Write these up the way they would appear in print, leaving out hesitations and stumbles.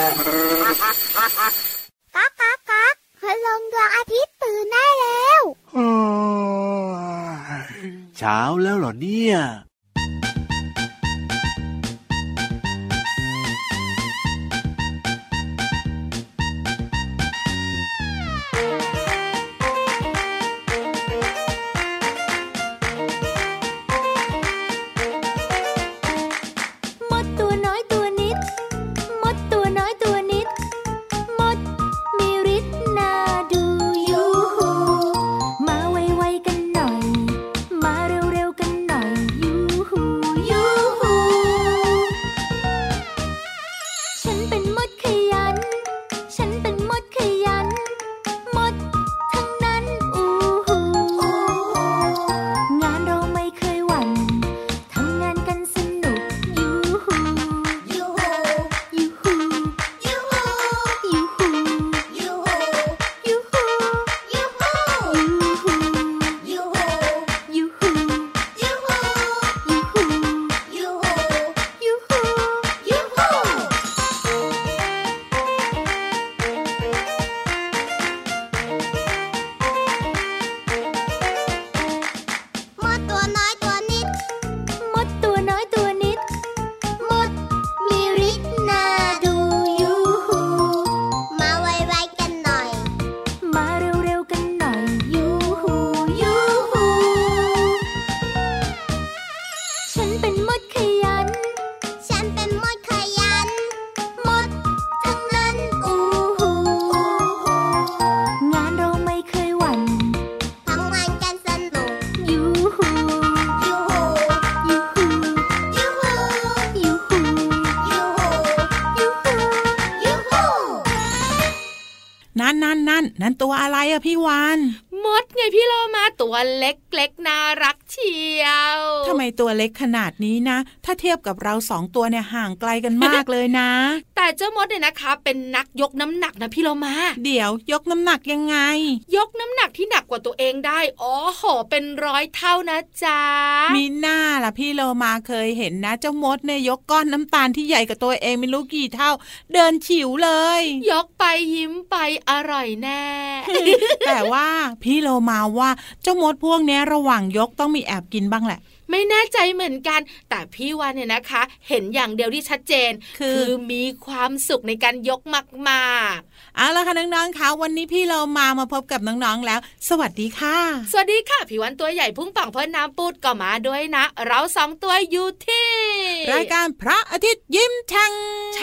ก๊ากก๊ากก๊ากพลังดวงอาทิตย์ตื่นได้แล้วเช้าแล้วเหรอเนี่ยนั่นตัวอะไรอะพี่วานมดไงพี่โลมาตัวเล็กๆน่ารักเชียวทำไมตัวเล็กขนาดนี้นะถ้าเทียบกับเรา2ตัวเนี่ยห่างไกลกันมากเลยนะแต่เจ้ามดเนี่ยนะคะเป็นนักยกน้ำหนักนะพี่โลมาเดี๋ยวยกน้ำหนักยังไงยกน้ำหนักที่หนักกว่าตัวเองได้อ๋อโหเป็น100 เท่านะจ๊ะมีหน้าล่ะพี่โลมาเคยเห็นนะเจ้ามดเนี่ยยกก้อนน้ำตาลที่ใหญ่กว่าตัวเองไม่รู้กี่เท่าเดินฉิวเลยยกไปยิ้มไปอร่อยแน่แต่ว่าพี่โลมาว่าเจ้ามดพวกนี้ระหว่างยกต้องมีแอบกินบ้างแหละไม่แน่ใจเหมือนกันแต่พี่วานเนี่ยนะคะเห็นอย่างเดียวที่ชัดเจนคือมีความสุขในการยกมากๆเอาล่ะค่ะน้องๆคะวันนี้พี่เรามาพบกับน้องๆแล้วสวัสดีค่ะสวัสดีค่ะพี่วานตัวใหญ่พุ่งป่องเพิ่นน้ำปูดก็มาด้วยนะเรา2ตัวอยู่ที่รายการพระอาทิตย์ยิ้มแฉ่ง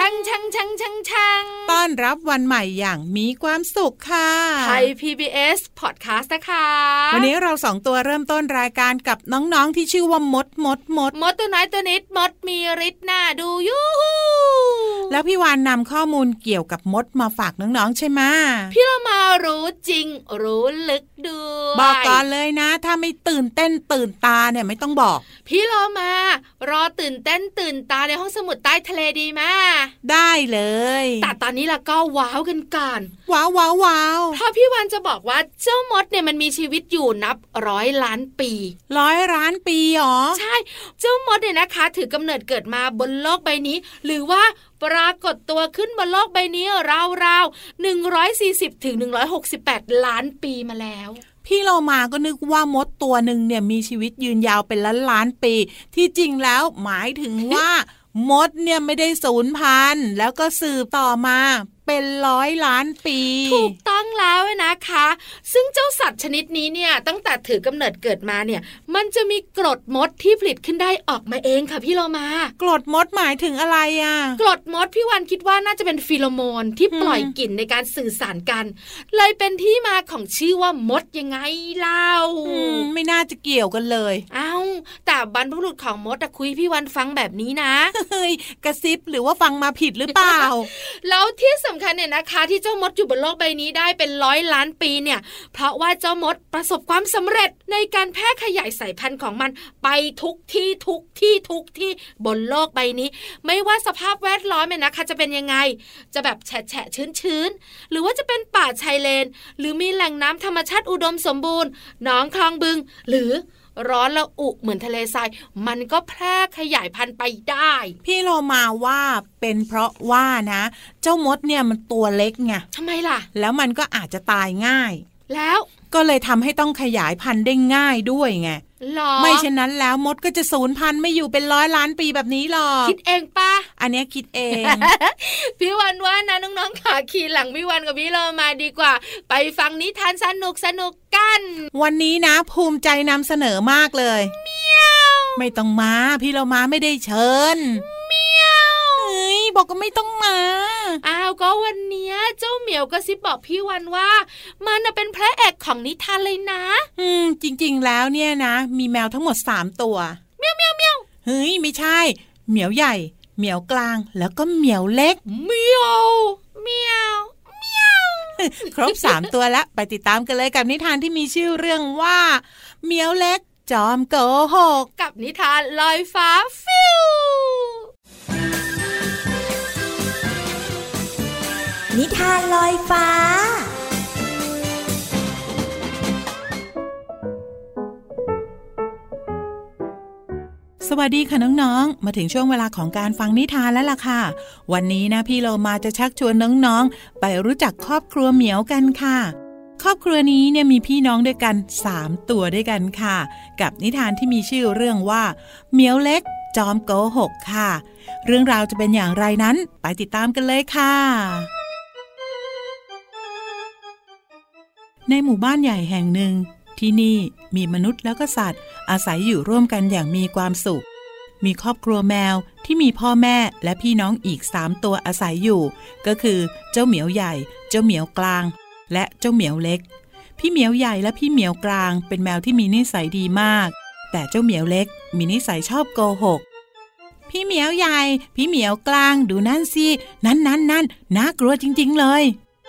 ต้อนรับวันใหม่อย่างมีความสุขค่ะไทย PBS Podcast นะคะวันนี้เรา2ตัวเริ่มต้นรายการกับน้องๆที่ชื่อว่ามดตัวน้อยตัวนิดมดมีฤทธิ์น่าดูยูแล้วพี่วานนำข้อมูลเกี่ยวกับมดมาฝากน้องๆใช่ไหมพี่เรามารู้จริงรู้ลึกด้วยบอกก่อนเลยนะถ้าไม่ตื่นเต้นตื่นตาเนี่ยไม่ต้องบอกพี่เรามารอตื่นเต้นตื่นตาในห้องสมุดใต้ทะเลดีไหมได้เลยแต่ตอนนี้เราก็ว้าวกันก่อนว้าวเพราะพี่วานจะบอกว่าเจ้ามดเนี่ยมันมีชีวิตอยู่นับ100 ล้านปี 100 ล้านปีหรอใช่เจ้ามดเนี่ยนะคะถือกำเนิดเกิดมาบนโลกใบนี้หรือว่าปรากฏตัวขึ้นบนโลกใบนี้ราวๆ140 ถึง 168 ล้านปีมาแล้วพี่เรามาก็นึกว่ามดตัวหนึ่งเนี่ยมีชีวิตยืนยาวเป็นล้านปีที่จริงแล้วหมายถึงว่ามดเนี่ยไม่ได้สูญพันธุ์แล้วก็สืบต่อมาเป็น100 ล้านปีถูกต้องแล้วนะคะซึ่งเจ้าสัตว์ชนิดนี้เนี่ยตั้งแต่ถือกำเนิดเกิดมาเนี่ยมันจะมีกรดมดที่ผลิตขึ้นได้ออกมาเองค่ะพี่โลมากรดมดหมายถึงอะไรอ่ะกรดมดพี่วันคิดว่าน่าจะเป็นฟีโรโมนที่ปล่อยกลิ่นในการสื่อสารกันเลยเป็นที่มาของชื่อว่ามดยังไงเล่าไม่น่าจะเกี่ยวกันเลยแต่บรรพบุรุษของมดคุยพี่วันฟังแบบนี้นะเฮ้ยกระซิบหรือว่าฟังมาผิดหรือเปล่าแล้วที่สำคัญเนี่ยนะคะที่เจ้ามดอยู่บนโลกใบนี้ได้เป็น100 ล้านปีเนี่ยเพราะว่าเจ้ามดประสบความสำเร็จในการแพร่ขยายสายพันธุ์ของมันไปทุกที่บนโลกใบนี้ไม่ว่าสภาพแวดล้อมเนี่ยนะคะจะเป็นยังไงจะแบบแฉะชื้นหรือว่าจะเป็นป่าชายเลนหรือมีแหล่งน้ำธรรมชาติอุดมสมบูรณ์หนองคลองบึงหรือร้อนละอุเหมือนทะเลทรายมันก็แพร่ขยายพันธุ์ไปได้พี่โลมาว่าเป็นเพราะว่านะเจ้ามดเนี่ยมันตัวเล็กไงทำไมล่ะแล้วมันก็อาจจะตายง่ายแล้วก็เลยทำให้ต้องขยายพันธุ์ได้ง่ายด้วยไงไม่เช่นนั้นแล้วมดก็จะสูญพันธุ์ไม่อยู่เป็น100 ล้านปีแบบนี้หรอกคิดเองปะอันนี้คิดเองพี่วันว่านะน้องๆขาขี่หลังพี่วันกับพี่โลมาดีกว่าไปฟังนิทานสนุกกันวันนี้นะภูมิใจนำเสนอมากเลยเมียวไม่ต้องมาพี่โลมาไม่ได้เชิญเมียวเฮ้ยบอกก็ไม่ต้องมาอ้าวก็วันนี้เจ้าเหมียวก็ซิบบอกพี่วันว่ามันเป็นพระเอกของนิทานเลยนะจริงๆแล้วเนี่ยนะมีแมวทั้งหมด3ตัวเมียวเมียวเมียวเฮ้ยไม่ใช่เหมียวใหญ่เหมียวกลางแล้วก็เหมียวเล็กเมียวเมียวเมียวครบ3ตัวแล้วไปติดตามกันเลยกับนิทานที่มีชื่อเรื่องว่าเหมียวเล็กจอมโกหกกับนิทานลอยฟ้าฟิวนิทานลอยฟ้าสวัสดีค่ะน้องๆมาถึงช่วงเวลาของการฟังนิทานแล้วล่ะค่ะวันนี้นะพี่โลมาจะชักชวนน้องๆไปรู้จักครอบครัวเหมียวกันค่ะครอบครัวนี้เนี่ยมีพี่น้องด้วยกัน3ตัวด้วยกันค่ะกับนิทานที่มีชื่อเรื่องว่าเหมียวเล็กจอมโกหกค่ะเรื่องราวจะเป็นอย่างไรนั้นไปติดตามกันเลยค่ะในหมู่บ้านใหญ่แห่งหนึ่งที่นี่มีมนุษย์แล้วก็สัตว์อาศัยอยู่ร่วมกันอย่างมีความสุขมีครอบครัวแมวที่มีพ่อแม่และพี่น้องอีก3ตัวอาศัยอยู่ก็คือเจ้าเหมียวใหญ่เจ้าเหมียวกลางและเจ้าเหมียวเล็กพี่เหมียวใหญ่และพี่เหมียวกลางเป็นแมวที่มีนิสัยดีมากแต่เจ้าเหมียวเล็กมีนิสัยชอบโกหกพี่เหมียวใหญ่พี่เหมียวกลางดูนั่นสินั่นน่ากลัวจริงๆเลย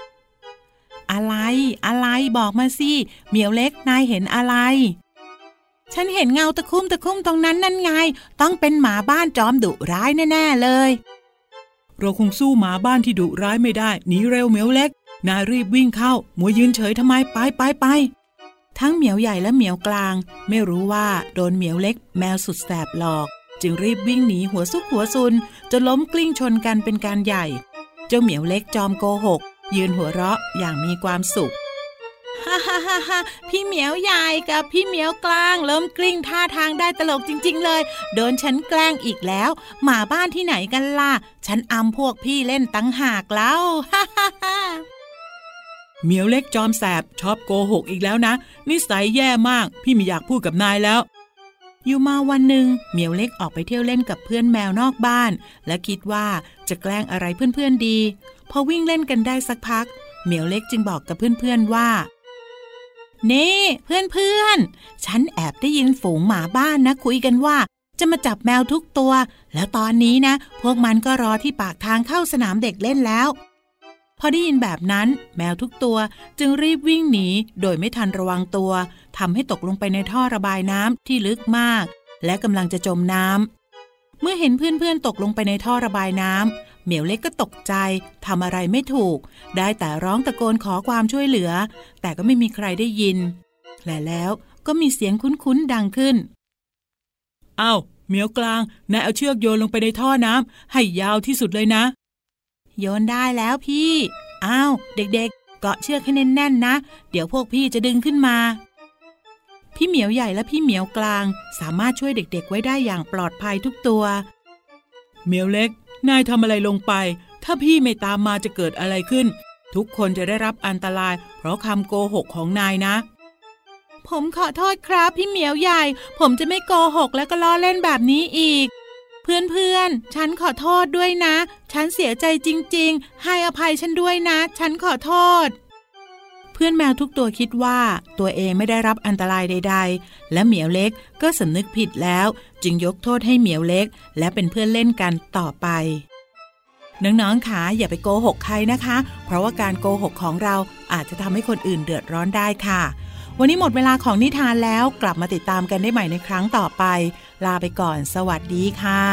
อะไรบอกมาสิเหมียวเล็กนายเห็นอะไรฉันเห็นเงาตะคุ่มตรงนั้นนั่นไงต้องเป็นหมาบ้านจอมดุร้ายแน่ๆเลยเราคงสู้หมาบ้านที่ดุร้ายไม่ได้หนีเร็วเหมียวเล็กนายรีบวิ่งเข้ามัวยืนเฉยทำไมไปทั้งเหมียวใหญ่และเหมียวกลางไม่รู้ว่าโดนเหมียวเล็กแมวสุดแสบหลอกจึงรีบวิ่งหนีหัวซุกหัวซุนจนล้มกลิ้งชนกันเป็นการใหญ่เจ้าเหมียวเล็กจอมโกหกยืนหัวเราะอย่างมีความสุขฮ่าพี่เหมียวใหญ่กับพี่เหมียวกลางล้มกลิ้งท่าทางได้ตลกจริงๆเลยโดนฉันแกล้งอีกแล้วหมาบ้านที่ไหนกันล่ะฉันอำพวกพี่เล่นตั้งหากแล้วฮ่าเหมียวเล็กจอมแสบชอบโกหกอีกแล้วนะนิสัยแย่มากพี่ไม่อยากพูดกับนายแล้วอยู่มาวันหนึ่งเหมียวเล็กออกไปเที่ยวเล่นกับเพื่อนแมวนอกบ้านและคิดว่าจะแกล้งอะไรเพื่อนๆดีพอวิ่งเล่นกันได้สักพักเหมียวเล็กจึงบอกกับเพื่อนๆว่านี่เพื่อนๆฉันแอบได้ยินฝูงหมาบ้านนะคุยกันว่าจะมาจับแมวทุกตัวแล้วตอนนี้นะพวกมันก็รอที่ปากทางเข้าสนามเด็กเล่นแล้วพอได้ยินแบบนั้นแมวทุกตัวจึงรีบวิ่งหนีโดยไม่ทันระวังตัวทำให้ตกลงไปในท่อระบายน้ำที่ลึกมากและกำลังจะจมน้ำเมื่อเห็นเพื่อนๆตกลงไปในท่อระบายน้ำเหมียวเล็กก็ตกใจทำอะไรไม่ถูกได้แต่ร้องตะโกนขอความช่วยเหลือแต่ก็ไม่มีใครได้ยินและแล้วก็มีเสียงคุ้นๆดังขึ้นอ้าวเหมียวกลางนายเอาเชือกโยนลงไปในท่อน้ำให้ยาวที่สุดเลยนะโยนได้แล้วพี่อ้าวเด็กๆเกาะเชือกให้แน่นๆนะเดี๋ยวพวกพี่จะดึงขึ้นมาพี่เหมียวใหญ่และพี่เหมียวกลางสามารถช่วยเด็กๆไว้ได้อย่างปลอดภัยทุกตัวเหมียวเล็กนายทำอะไรลงไปถ้าพี่ไม่ตามมาจะเกิดอะไรขึ้นทุกคนจะได้รับอันตรายเพราะคำโกหกของนายนะผมขอโทษครับพี่เหมียวใหญ่ผมจะไม่โกหกและก็ล้อเล่นแบบนี้อีกเพื่อนๆฉันขอโทษด้วยนะฉันเสียใจจริงๆให้อภัยฉันด้วยนะฉันขอโทษเพื่อนแมวทุกตัวคิดว่าตัวเองไม่ได้รับอันตรายใดๆและเหมียวเล็กก็สำนึกผิดแล้วจึงยกโทษให้เหมียวเล็กและเป็นเพื่อนเล่นกันต่อไปน้องๆคะอย่าไปโกหกใครนะคะเพราะว่าการโกหกของเราอาจจะทำให้คนอื่นเดือดร้อนได้ค่ะวันนี้หมดเวลาของนิทานแล้วกลับมาติดตามกันได้ใหม่ในครั้งต่อไปลาไปก่อนสวัสดีค่ะ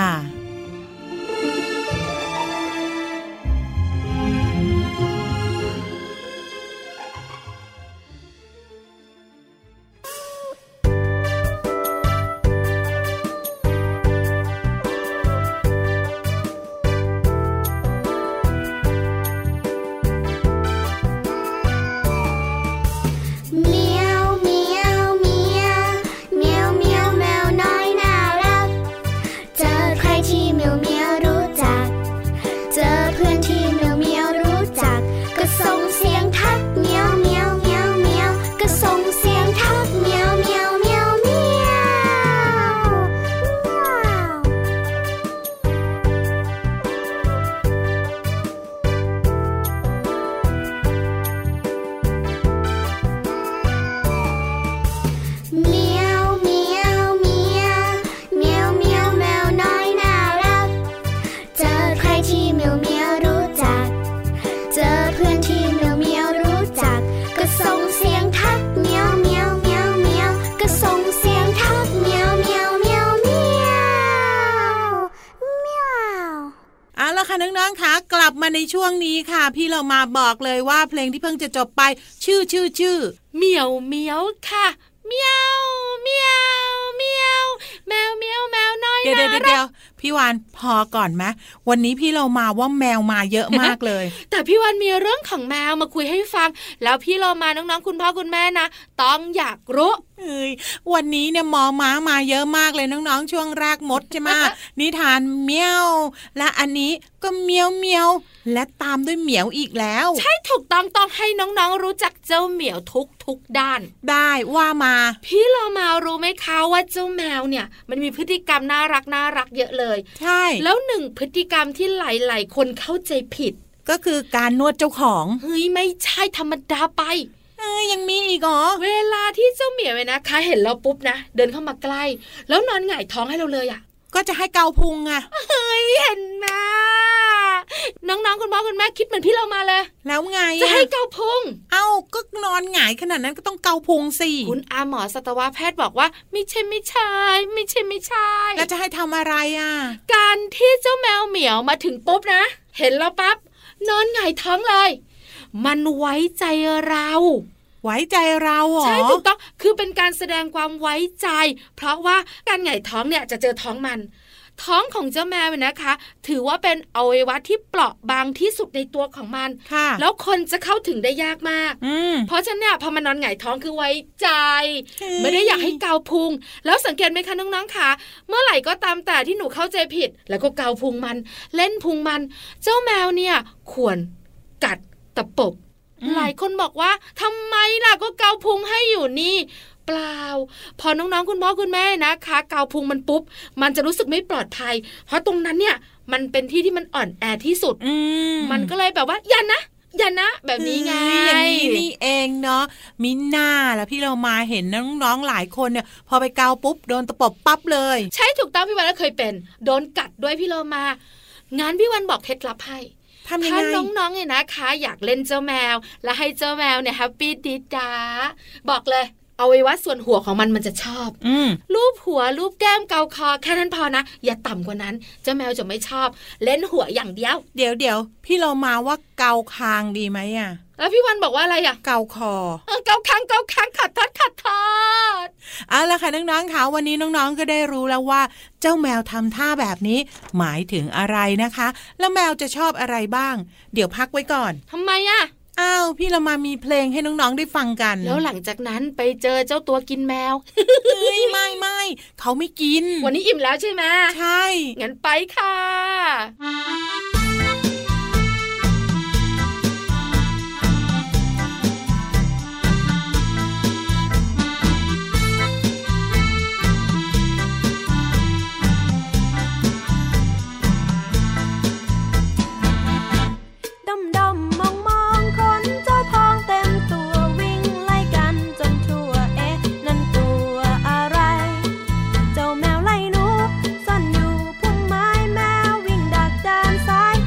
องๆคะกลับมาในช่วงนี้ค่ะพี่เรามาบอกเลยว่าเพลงที่เพิ่งจะจบไปชื่อเหมียวเหมียวค่ะเมียวเมียวเมียวแมวเมียวแมวน้อยเดี๋ยวพี่วานพอก่อนไหมวันนี้พี่เรามาว่าแมวมาเยอะมากเลยแต่พี่วานมีเรื่องของแมวมาคุยให้ฟังแล้วพี่เรามาน้องๆคุณพ่อคุณแม่นะต้องอยากรู้วันนี้เนี่ยหมอม้ามาเยอะมากเลยน้องๆช่วงแรกมดใช่ไหม นิทานเมียวและอันนี้ก็เมียวเมียวและตามด้วยเหมียวอีกแล้วใช่ถูกต้องให้น้องๆรู้จักเจ้าเหมียวทุกด้านได้ว่ามาพี่เรามารู้ไหมคะว่าเจ้าแมวเนี่ยมันมีพฤติกรรมน่ารักเยอะเลยใช่แล้วหนึ่งพฤติกรรมที่หลายๆคนเข้าใจผิดก็คือการนวดเจ้าของเฮ้ยไม่ใช่ธรรมดาไปยังมีอีกเหรอเวลาที่เจ้าเหมียวนะคะเห็นเราปุ๊บนะเดินเข้ามาใกล้แล้วนอนหงายท้องให้เราเลยอ่ะก็จะให้เกาพุงไงเฮ้ยเห็นไหมน้องๆคุณพ่อคุณแม่คิดเหมือนพี่เรามาเลยแล้วไงจะให้เกาพุงก็นอนหงายขนาดนั้นก็ต้องเกาพุงสิคุณอาหมอสัตวแพทย์บอกว่าไม่ใช่แล้วจะให้ทำอะไรการที่เจ้าแมวเหมียวมาถึงปุ๊บนะเห็นแล้วปั๊บนอนหงายท้องเลยมันไว้ใจเราไว้ใจเราเหรอใช่ถูกต้องคือเป็นการแสดงความไว้ใจเพราะว่าการหงายท้องเนี่ยจะเจอท้องมันท้องของเจ้าแมวนะคะถือว่าเป็นอวัยวะที่เปราะบางที่สุดในตัวของมันแล้วคนจะเข้าถึงได้ยากมากเพราะฉะนั้นเนี่ยพอมันนอนหงายท้องคือไว้ใจไม่ได้อยากให้เกาพุงแล้วสังเกตไหมคะน้องๆคะเมื่อไหร่ก็ตามแต่ที่หนูเข้าใจผิดแล้วก็เกาพุงมันเล่นพุงมันเจ้าแมวเนี่ยข่วนกัดตะปบหลายคนบอกว่าทำไมล่ะก็เกาพุงให้อยู่นี่เปล่าพอน้องๆคุณพ่อคุณแม่นะคะเกาพุงมันปุ๊บมันจะรู้สึกไม่ปลอดภัยเพราะตรงนั้นเนี่ยมันเป็นที่ที่มันอ่อนแอที่สุดมันก็เลยแบบว่าอย่านะแบบนี้ไงอย่างนี้นี่เองเนาะมิน่าแล้วพี่เรามาเห็นน้องๆหลายคนเนี่ยพอไปเกาปุ๊บโดนตะปบปั๊บเลยใช่ถูกต้องพี่วันก็เคยเป็นโดนกัดด้วยพี่เรามางานพี่วันบอกเคล็ดลับให้ถ้าน้องๆเนี่ยนะคะอยากเล่นเจ้าแมวและให้เจ้าแมวเนี่ยแฮปปี้ดีจ้าบอกเลยเอาไว้ว่าส่วนหัวของมันจะชอบลูบหัวลูบแก้มเกาคอแค่นั้นพอนะอย่าต่ำกว่านั้นเจ้าแมวจะไม่ชอบเล่นหัวอย่างเดียวเดี๋ยวพี่เรามาว่าเกาคางดีไหมแล้วพี่วันบอกว่าอะไรเกาคอเกาคางขัดทอดเอาล่ะค่ะน้องๆค่ะวันนี้น้องๆก็ได้รู้แล้วว่าเจ้าแมวทำท่าแบบนี้หมายถึงอะไรนะคะแล้วแมวจะชอบอะไรบ้างเดี๋ยวพักไว้ก่อนทำไมพี่เรามามีเพลงให้น้องๆได้ฟังกันแล้วหลังจากนั้นไปเจอเจ้าตัวกินแมวไม่เขาไม่กินวันนี้อิ่มแล้วใช่ไหมใช่งั้นไปค่ะซ่อนอยู่พุ่มไม้แมววิ่งดักดานซ้าย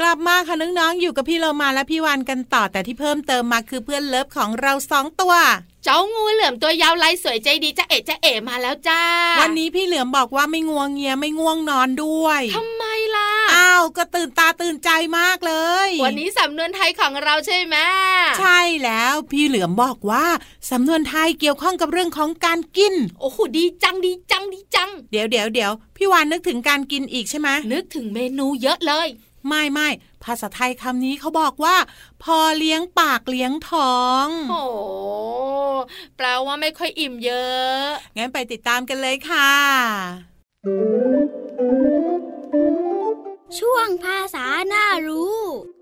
ลับมาค่ะน้องๆอยู่กับพี่โลมาและพี่วานกันต่อแต่ที่เพิ่มเติมมาคือเพื่อนเลิฟของเรา2ตัวเจ้างูเหลือมตัวยาวลายสวยใจดีจะเอ๋มาแล้วจ้าวันนี้พี่เหลือมบอกว่าไม่ง่วงเงียไม่ง่วงนอนด้วยทำไมล่ะอ้าวก็ตื่นตาตื่นใจมากเลยวันนี้สำนวนไทยของเราใช่ไหมใช่แล้วพี่เหลือมบอกว่าสำนวนไทยเกี่ยวข้องกับเรื่องของการกินโอ้โหดีจังเดี๋ยวพี่วานนึกถึงการกินอีกใช่ไหมนึกถึงเมนูเยอะเลยไม่ภาษาไทยคำนี้เขาบอกว่าพอเลี้ยงปากเลี้ยงท้องโอ้แปลว่าไม่ค่อยอิ่มเยอะงั้นไปติดตามกันเลยค่ะช่วงภาษาน่ารู้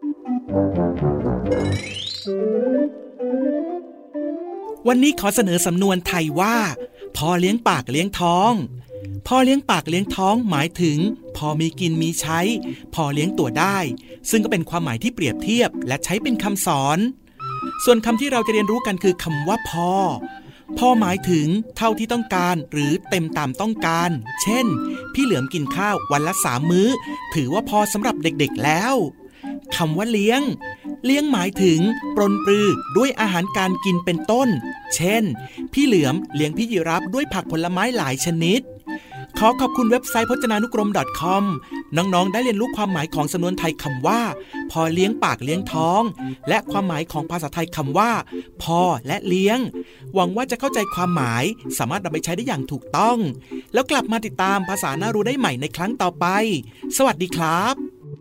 วันนี้ขอเสนอสำนวนไทยว่าพอเลี้ยงปากเลี้ยงท้องพอเลี้ยงปากเลี้ยงท้องหมายถึงพอมีกินมีใช้พอเลี้ยงตัวได้ซึ่งก็เป็นความหมายที่เปรียบเทียบและใช้เป็นคำสอนส่วนคำที่เราจะเรียนรู้กันคือคำว่าพอหมายถึงเท่าที่ต้องการหรือเต็มตามต้องการเช่นพี่เหลือมกินข้าววันละ3 มื้อถือว่าพอสำหรับเด็กๆแล้วคำว่าเลี้ยงหมายถึงปรนปรือด้วยอาหารการกินเป็นต้นเช่นพี่เหลือมเลี้ยงพี่ยีราฟด้วยผักผลไม้หลายชนิดขอขอบคุณเว็บไซต์พจนานุกรม .com น้องๆได้เรียนรู้ความหมายของสำนวนไทยคำว่าพอเลี้ยงปากเลี้ยงท้องและความหมายของภาษาไทยคำว่าพอและเลี้ยงหวังว่าจะเข้าใจความหมายสามารถนำไปใช้ได้อย่างถูกต้องแล้วกลับมาติดตามภาษาน่ารู้ได้ใหม่ในครั้งต่อไปสวัสดีครับ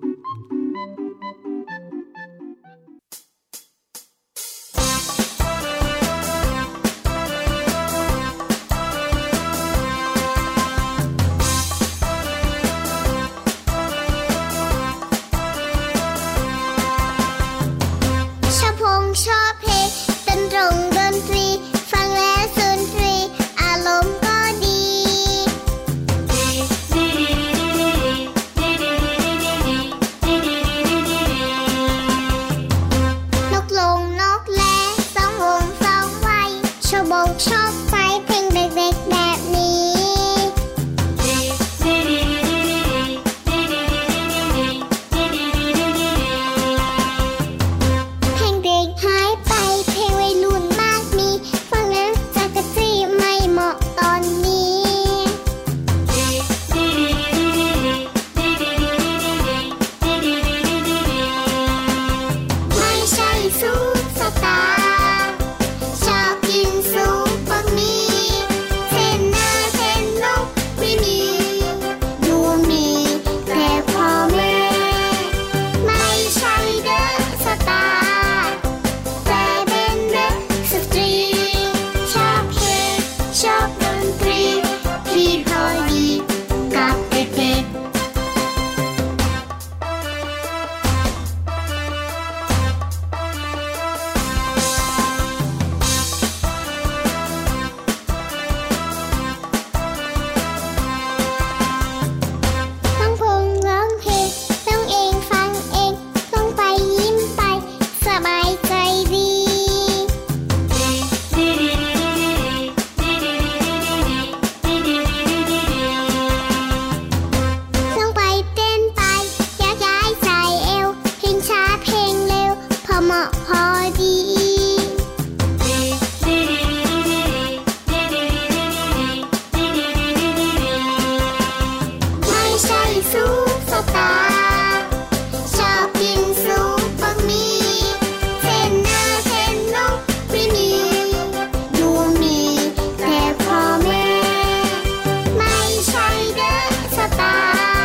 ชอบเพลงดนตรีฟังแล้วสุนทรีอารมณ์ก็ดีนกลงนกแลสองวงสองไว้ชอบบงชอบไฟเพลงเด็กๆแบบนี้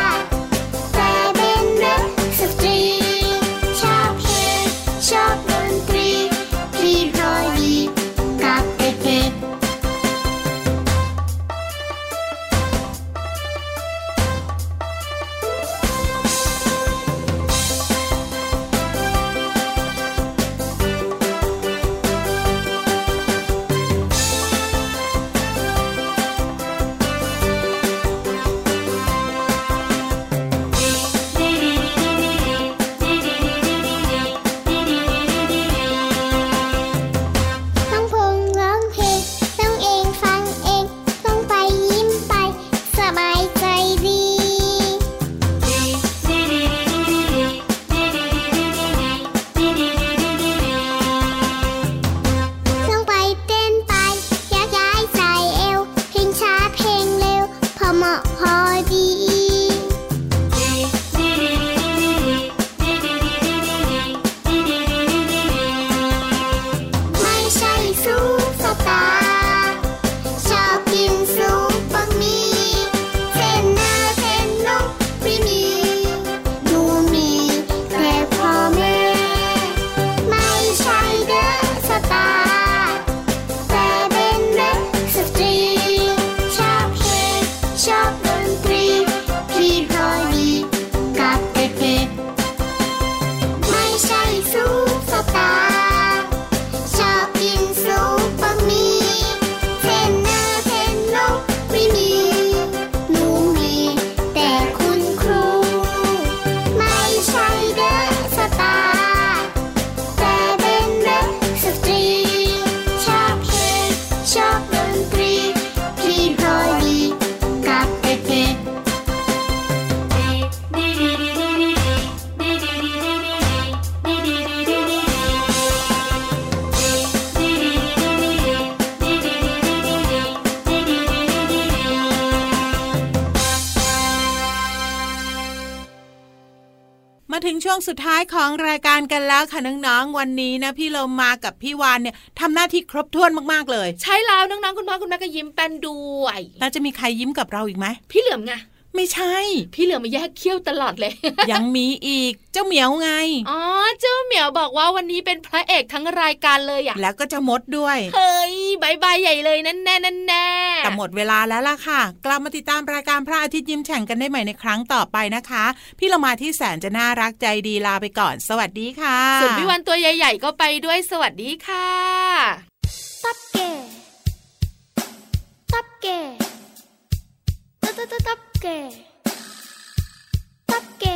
ชอบมาถึงช่วงสุดท้ายของรายการกันแล้วค่ะน้องๆวันนี้นะพี่เรามากับพี่วานเนี่ยทำหน้าที่ครบถ้วนมากๆเลยใช่แล้วน้องๆคุณพ่อคุณแม่ก็ยิ้มเป็นด้วยแล้วจะมีใครยิ้มกับเราอีกไหมพี่เหลือมไงไม่ใช่พี่เหลือมมาแยกเขี้ยวตลอดเลยยังมีอีกเจ้าเหมียวไงอ๋อเจ้าเหมียวบอกว่าวันนี้เป็นพระเอกทั้งรายการเลยอ่ะแล้วก็จะมดด้วยเฮ้ยบายบายใหญ่เลยนั่นแน่นั่นแน่แต่หมดเวลาแล้วล่ะค่ะกลับมาติดตามรายการพระอาทิตย์ยิ้มแฉ่งกันได้ใหม่ในครั้งต่อไปนะคะพี่เรามาที่แสนจะน่ารักใจดีลาไปก่อนสวัสดีค่ะส่วนพี่วันตัวใหญ่ๆก็ไปด้วยสวัสดีค่ะตับแก่ตับแก่ตับแก่ตับแก่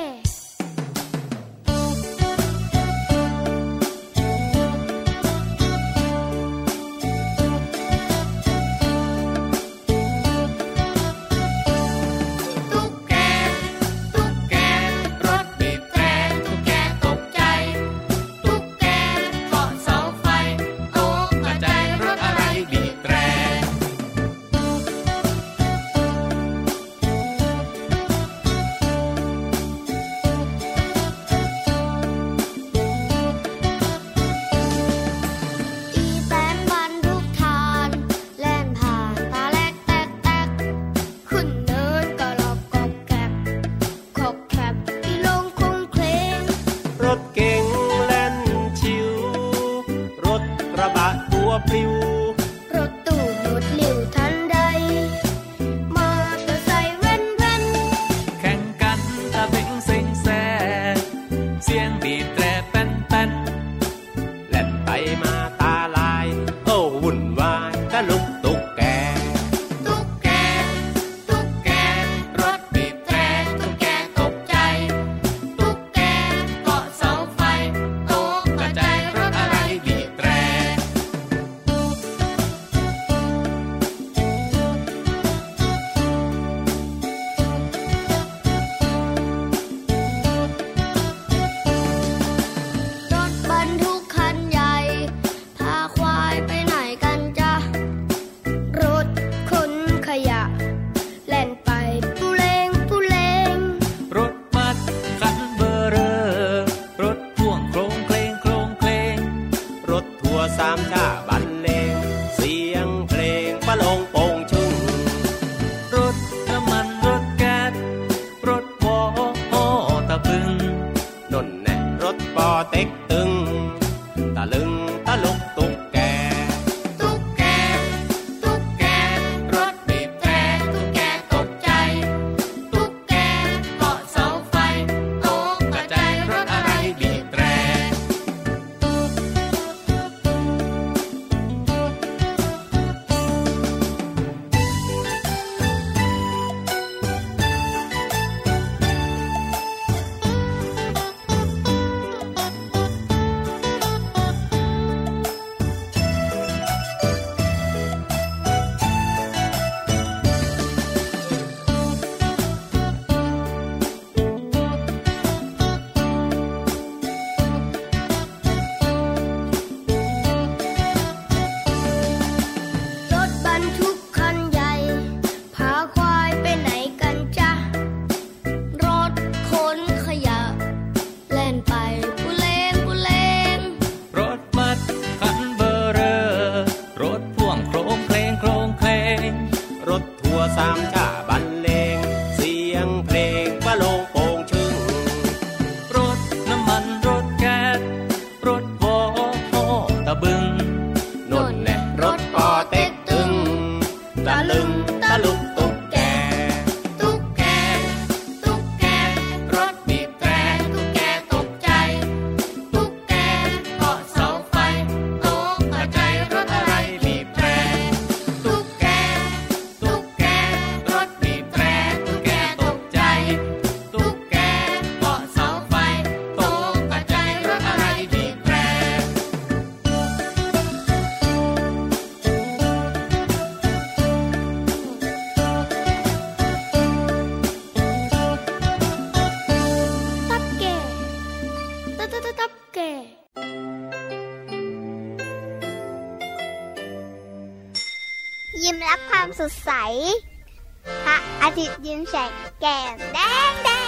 ยิ้มรับความสดใสพระอาทิตย์ยิ้มแฉกแก้มแดง